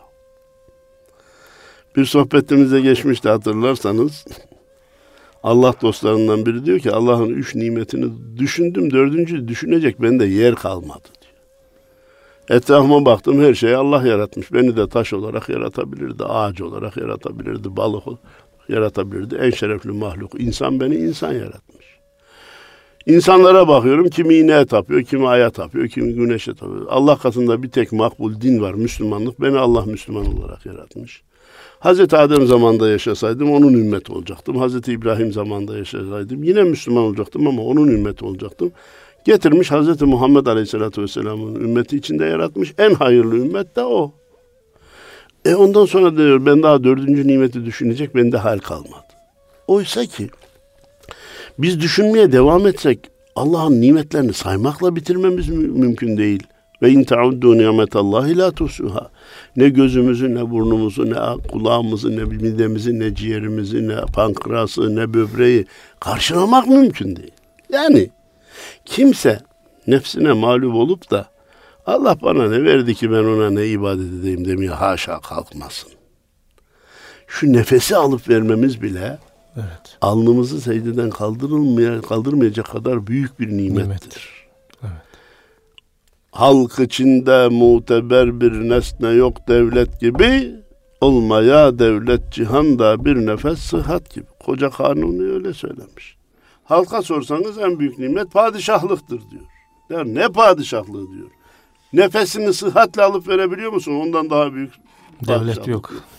Bir sohbetimize geçmişti hatırlarsanız. Allah dostlarından biri diyor ki Allah'ın üç nimetini düşündüm, dördüncü düşünecek bende yer kalmadı diyor. Etrafıma baktım her şeyi Allah yaratmış. Beni de taş olarak yaratabilirdi, ağaç olarak yaratabilirdi, balık olarak yaratabilirdi. En şerefli mahluk insan beni insan yaratmış. İnsanlara bakıyorum kimi ineğe tapıyor, kimi aya tapıyor, kimi güneşe tapıyor. Allah katında bir tek makbul din var Müslümanlık. Beni Allah Müslüman olarak yaratmış. Hazreti Adem zamanında yaşasaydım onun ümmeti olacaktım. Hazreti İbrahim zamanında yaşasaydım yine Müslüman olacaktım ama onun ümmeti olacaktım. Getirmiş Hazreti Muhammed Aleyhisselatü Vesselam'ın ümmeti içinde yaratmış. En hayırlı ümmet de o. E ondan sonra diyor ben daha dördüncü nimeti düşünecek bende hal kalmadı. Oysa ki biz düşünmeye devam etsek Allah'ın nimetlerini saymakla bitirmemiz mü- mümkün değil. Ve in ta'uddu nimetallahi la tusuha. Ne gözümüzü, ne burnumuzu, ne kulağımızı, ne midemizi, ne ciğerimizi, ne pankreası, ne böbreği karşılamak mümkün değil. Yani kimse nefsine mağlup olup da Allah bana ne verdi ki ben ona ne ibadet edeyim demeye haşa kalkmasın. Şu nefesi alıp vermemiz bile evet. alnımızı secdeden kaldırılmaya, kaldırmayacak kadar büyük bir nimettir. nimettir. Evet. Halk içinde muteber bir nesne yok devlet gibi, olmaya devlet cihanda bir nefes sıhhat gibi. Koca Kanuni öyle söylemiş. Halka sorsanız en büyük nimet padişahlıktır diyor. Ya ne padişahlığı diyor. Nefesini sıhhatle alıp verebiliyor musun? Ondan daha büyük devlet yok. Diyor.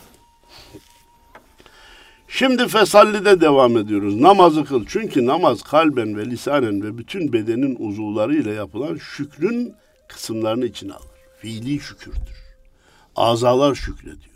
Şimdi fesallide devam ediyoruz. Namazı kıl. Çünkü namaz kalben ve lisanen ve bütün bedenin uzuvları ile yapılan şükrün kısımlarını içine alır. Fiili şükürdür. Azalar şükrediyor.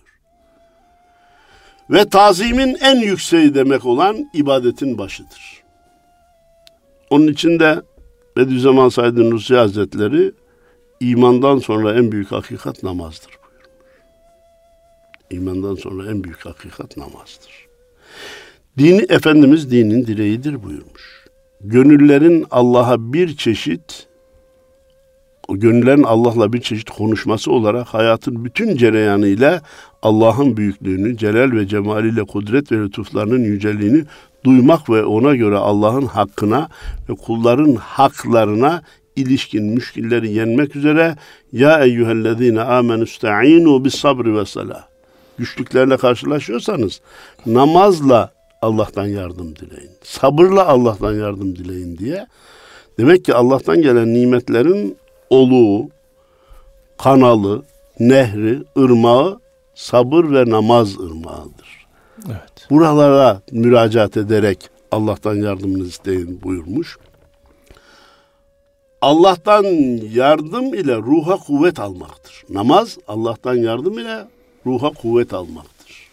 Ve tazimin en yükseği demek olan ibadetin başıdır. Onun için de Bediüzzaman Said Nursi Hazretleri imandan sonra en büyük hakikat namazdır buyurmuş. İmandan sonra en büyük hakikat namazdır. Dini Efendimiz dinin direğidir buyurmuş. Gönüllerin Allah'a bir çeşit o gönüllerin Allah'la bir çeşit konuşması olarak hayatın bütün cereyanı ile Allah'ın büyüklüğünü, celal ve cemaliyle kudret ve lütuflarının yüceliğini duymak ve ona göre Allah'ın hakkına ve kulların haklarına ilişkin müşkilleri yenmek üzere ya eyyühellezine amenüsta'inu bis sabri ve salah. Güçlüklerle karşılaşıyorsanız namazla Allah'tan yardım dileyin. Sabırla Allah'tan yardım dileyin diye. Demek ki Allah'tan gelen nimetlerin oluğu, kanalı, nehri, ırmağı sabır ve namaz ırmağıdır. Evet. Buralara müracaat ederek Allah'tan yardımını isteyin buyurmuş. Allah'tan yardım ile ruha kuvvet almaktır. Namaz Allah'tan yardım ile ruha kuvvet almaktır.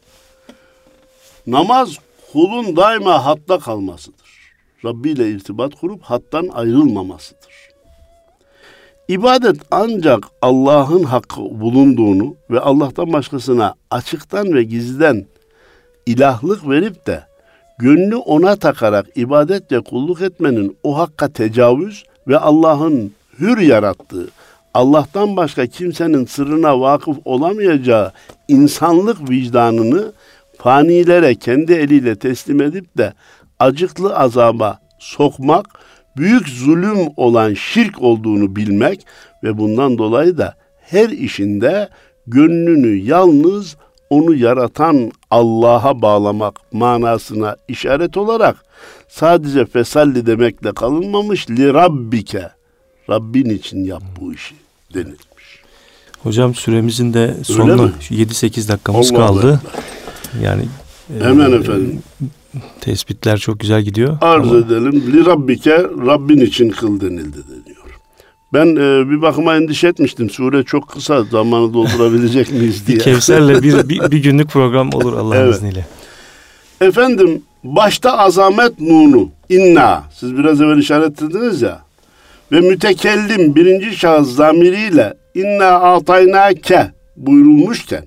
Namaz kulun daima hatta kalmasıdır. Rabbi ile irtibat kurup hattan ayrılmamasıdır. İbadet ancak Allah'ın hakkı bulunduğunu ve Allah'tan başkasına açıktan ve gizliden ilahlık verip de gönlü ona takarak ibadetle kulluk etmenin o hakka tecavüz ve Allah'ın hür yarattığı, Allah'tan başka kimsenin sırrına vakıf olamayacağı insanlık vicdanını fanilere kendi eliyle teslim edip de acıklı azaba sokmak, büyük zulüm olan şirk olduğunu bilmek ve bundan dolayı da her işinde gönlünü yalnız onu yaratan Allah'a bağlamak manasına işaret olarak sadece fesalli demekle kalınmamış, li rabbike, Rabbin için yap bu işi denilmiş. Hocam süremizin de sonuna yedi sekiz dakikamız Allah kaldı. Allah. Yani hemen e, efendim. Tespitler çok güzel gidiyor. Arz ama... edelim. Li rabbike, Rabbin için kıl denildi deniyor. Ben e, bir bakıma endişe etmiştim. Sure çok kısa, zamanı doldurabilecek miyiz diye. Kevser'le bir, bir, bir günlük program olur Allah'ın evet. izniyle. Efendim, başta azamet nunu, inna, siz biraz evvel işaret ediniz ya, ve mütekellim birinci şahıs zamiriyle inna ataynake buyurulmuşken,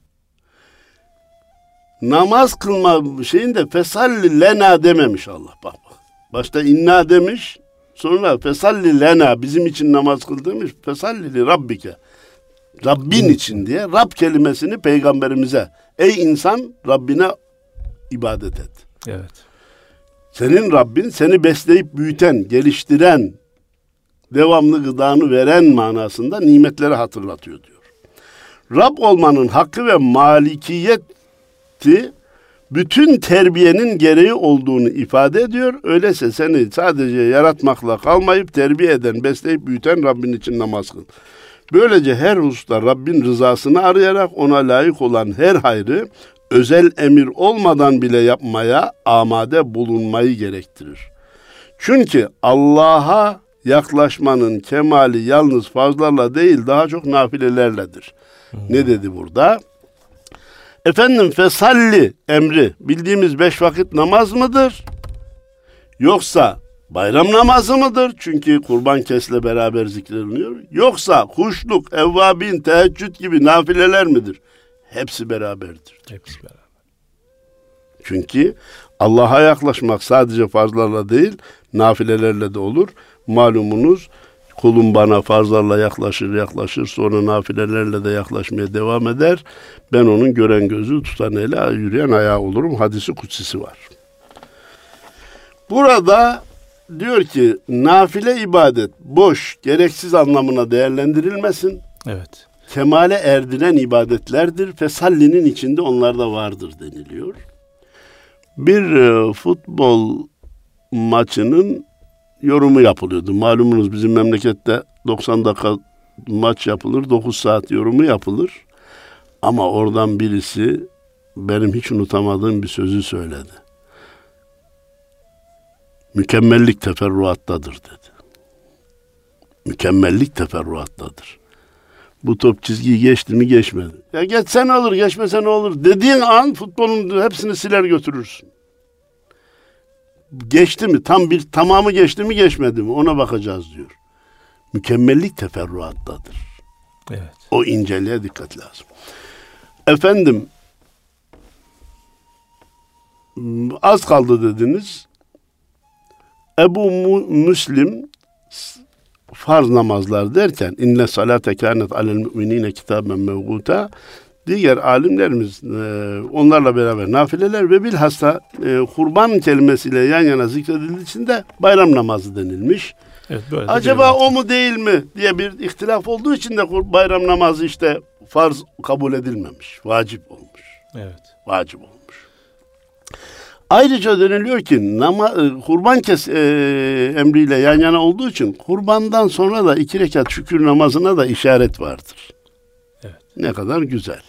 namaz kılma şeyinde fesalli lena dememiş Allah. Bak bak. Başta inna demiş, sonra fesalli lena, bizim için namaz kıl demiş. Fesalli li rabbike, Rabbin için diye Rab kelimesini peygamberimize, ey insan Rabbine ibadet et. Evet. Senin Rabbin seni besleyip büyüten, geliştiren, devamlı gıdanı veren manasında nimetleri hatırlatıyor diyor. Rab olmanın hakkı ve malikiyeti bütün terbiyenin gereği olduğunu ifade ediyor. Öyleyse seni sadece yaratmakla kalmayıp terbiye eden, besleyip büyüten Rabbin için namaz kıl. Böylece her hususta Rabbin rızasını arayarak ona layık olan her hayrı özel emir olmadan bile yapmaya amade bulunmayı gerektirir. Çünkü Allah'a yaklaşmanın kemali yalnız farzlarla değil, daha çok nafilelerledir. Hmm. Ne dedi burada? Efendim fesalli emri bildiğimiz beş vakit namaz mıdır? Yoksa bayram namazı mıdır? Çünkü kurban kesle beraber zikrediliyor. Yoksa kuşluk, evvabin, teheccüd gibi nafileler midir? Hepsi beraberdir. Hepsi beraber. Çünkü Allah'a yaklaşmak sadece farzlarla değil, nafilelerle de olur. Malumunuz, kulum bana farzlarla yaklaşır yaklaşır, sonra nafilelerle de yaklaşmaya devam eder. Ben onun gören gözü, tutan eli, yürüyen ayağı olurum. Hadisi kutsisi var. Burada diyor ki, nafile ibadet boş, gereksiz anlamına değerlendirilmesin. Evet. Kemale erdiren ibadetlerdir. Fesallinin içinde onlar da vardır deniliyor. Bir e, futbol maçının yorumu yapılıyordu. Malumunuz bizim memlekette doksan dakika maç yapılır, dokuz saat yorumu yapılır. Ama oradan birisi benim hiç unutamadığım bir sözü söyledi. Mükemmellik teferruattadır dedi. Mükemmellik teferruattadır. Bu top çizgiyi geçti mi geçmedi. Ya geçse ne olur, geçmese ne olur dediğin an futbolun hepsini siler götürürsün. Geçti mi? Tam bir tamamı geçti mi geçmedi mi? Ona bakacağız diyor. Mükemmellik teferruattadır. Evet. O inceliğe dikkat lazım. Efendim, az kaldı dediniz. Ebu Müslim farz namazlar derken inne salate kânet alel müminine kitaben mevguta, diğer alimlerimiz e, onlarla beraber nafileler ve bilhassa e, kurban kelimesiyle yan yana zikredildiği için de bayram namazı denilmiş. Evet, böyle acaba o mu değil mi diye bir ihtilaf olduğu için de bayram namazı işte farz kabul edilmemiş. Vacip olmuş. Evet. Vacip olmuş. Ayrıca deniliyor ki nama, kurban kes e, emriyle yan yana olduğu için kurbandan sonra da iki rekat şükür namazına da işaret vardır. Evet. Ne kadar güzel.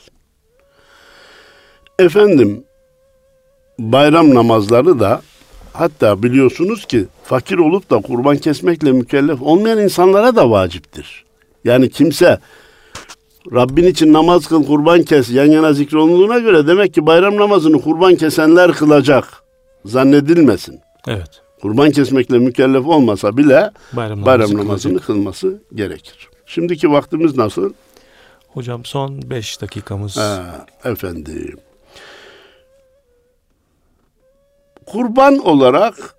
Efendim, bayram namazları da, hatta biliyorsunuz ki fakir olup da kurban kesmekle mükellef olmayan insanlara da vaciptir. Yani kimse Rabbin için namaz kıl, kurban kes yan yana zikrolunduğuna göre demek ki bayram namazını kurban kesenler kılacak zannedilmesin. Evet. Kurban kesmekle mükellef olmasa bile bayram, bayram namazını kılması gerekir. Şimdiki vaktimiz nasıl? Hocam son beş dakikamız. Ha, efendim. Kurban olarak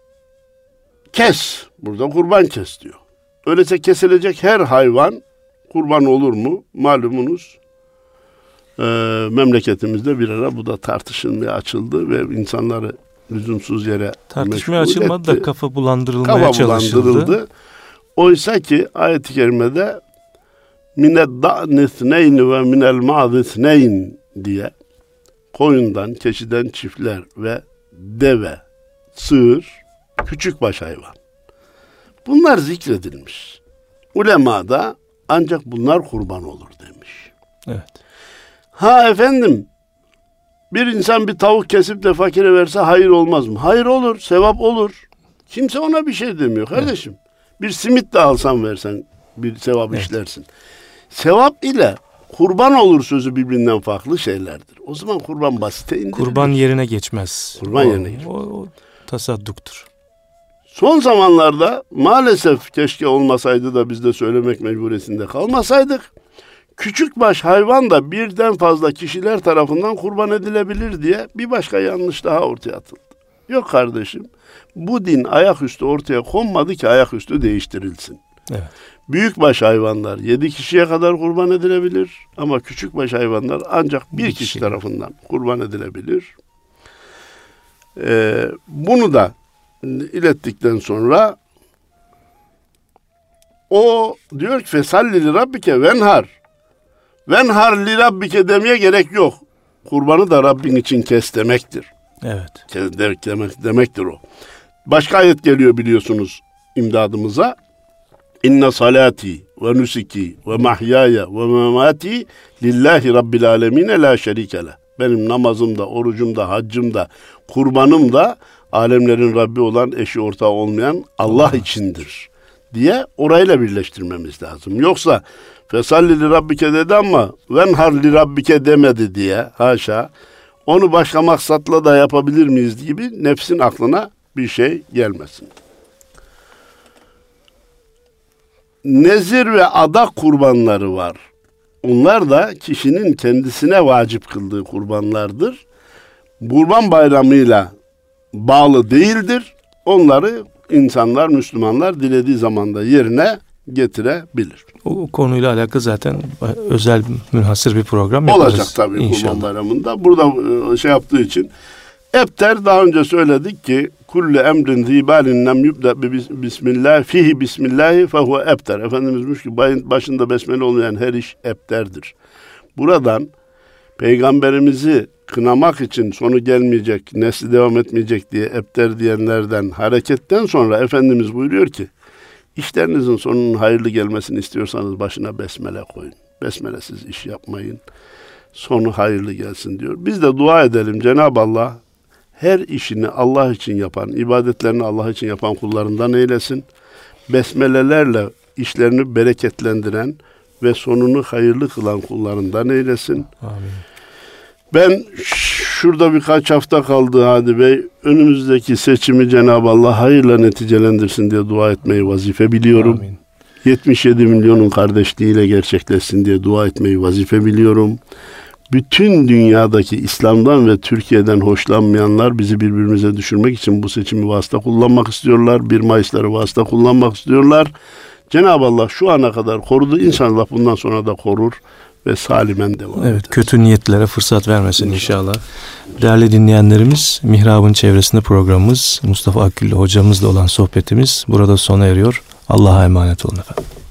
kes. Burada kurban kes diyor. Öyleyse kesilecek her hayvan kurban olur mu? Malumunuz e, memleketimizde bir ara bu da tartışılmaya açıldı ve insanları lüzumsuz yere tartışmaya meşgul açılmadı etti. da kafa bulandırılmaya kafa çalışıldı. bulandırıldı. Oysa ki ayet-i kerimede mined da'nithneyn ve minel ma'zithneyn diye koyundan, keçiden çiftler ve deve, sığır, küçükbaş hayvan. Bunlar zikredilmiş. Ulema da ancak bunlar kurban olur demiş. Evet. Ha efendim, bir insan bir tavuk kesip de fakire verse hayır olmaz mı? Hayır olur, sevap olur. Kimse ona bir şey demiyor kardeşim. Evet. Bir simit de alsan versen bir sevap evet. işlersin. Sevap ile kurban olur sözü birbirinden farklı şeylerdir. O zaman kurban basite indirilir. Kurban yerine geçmez. Kurban o, yerine geçmez. O, o tasadduktur. Son zamanlarda maalesef keşke olmasaydı da biz de söylemek mecburiyetinde kalmasaydık. Küçükbaş hayvan da birden fazla kişiler tarafından kurban edilebilir diye bir başka yanlış daha ortaya atıldı. Yok kardeşim, bu din ayaküstü ortaya konmadı ki ayaküstü değiştirilsin. Evet. Büyükbaş hayvanlar yedi kişiye kadar kurban edilebilir ama küçükbaş hayvanlar ancak bir kişi, kişi tarafından kurban edilebilir. Ee, bunu da ilettikten sonra o diyor ki fesalli li rabbike venhar. Venhar li rabbike demeye gerek yok. Kurbanı da Rabbin için kes demektir. Evet. Kes demek, demektir o. Başka ayet geliyor biliyorsunuz imdadımıza. İnne salati ve nusuki ve mahyaya ve memati lillahi rabbil alemine la şerike leh. Benim namazımda, orucumda, haccımda, kurbanım da alemlerin Rabbi olan, eşi ortağı olmayan Allah içindir diye orayla birleştirmemiz lazım. Yoksa fesalli li rabbike dedi ama venhar li rabbike demedi diye haşa onu başka maksatla da yapabilir miyiz gibi nefsin aklına bir şey gelmesin. Nezir ve adak kurbanları var. Onlar da kişinin kendisine vacip kıldığı kurbanlardır. Kurban bayramıyla bağlı değildir. Onları insanlar, Müslümanlar dilediği zamanda yerine getirebilir. O konuyla alakalı zaten özel, münhasır bir program yaparız. Olacak tabii İnşallah. Kurban Bayramı'nda. Burada şey yaptığı için ebter daha önce söyledik ki kullu emrin zibalin nem yubda bismillah fihi bismillahi fehuve ebter. Efendimiz demiş ki başında besmele olmayan her iş ebterdir. Buradan Peygamberimizi kınamak için sonu gelmeyecek, nesli devam etmeyecek diye ebter diyenlerden hareketten sonra Efendimiz buyuruyor ki işlerinizin sonunun hayırlı gelmesini istiyorsanız başına besmele koyun. Besmelesiz iş yapmayın. Sonu hayırlı gelsin diyor. Biz de dua edelim. Cenab-ı Allah her işini Allah için yapan, ibadetlerini Allah için yapan kullarından eylesin. Besmelelerle işlerini bereketlendiren ve sonunu hayırlı kılan kullarından eylesin. Amin. Ben şurada birkaç hafta kaldı Hadi Bey. Önümüzdeki seçimi Cenab-ı Allah hayırla neticelendirsin diye dua etmeyi vazife biliyorum. Amin. yetmiş yedi milyonun kardeşliğiyle gerçekleşsin diye dua etmeyi vazife biliyorum. Bütün dünyadaki İslam'dan ve Türkiye'den hoşlanmayanlar bizi birbirimize düşürmek için bu seçimi vasıta kullanmak istiyorlar. bir Mayıs'ları vasıta kullanmak istiyorlar. Cenab-ı Allah şu ana kadar korudu. İnşallah bundan sonra da korur ve salimen devam Evet, eder. kötü niyetlere fırsat vermesin inşallah. inşallah. Değerli dinleyenlerimiz, Mihrab'ın çevresinde programımız, Mustafa Akgül hocamızla olan sohbetimiz burada sona eriyor. Allah'a emanet olun efendim.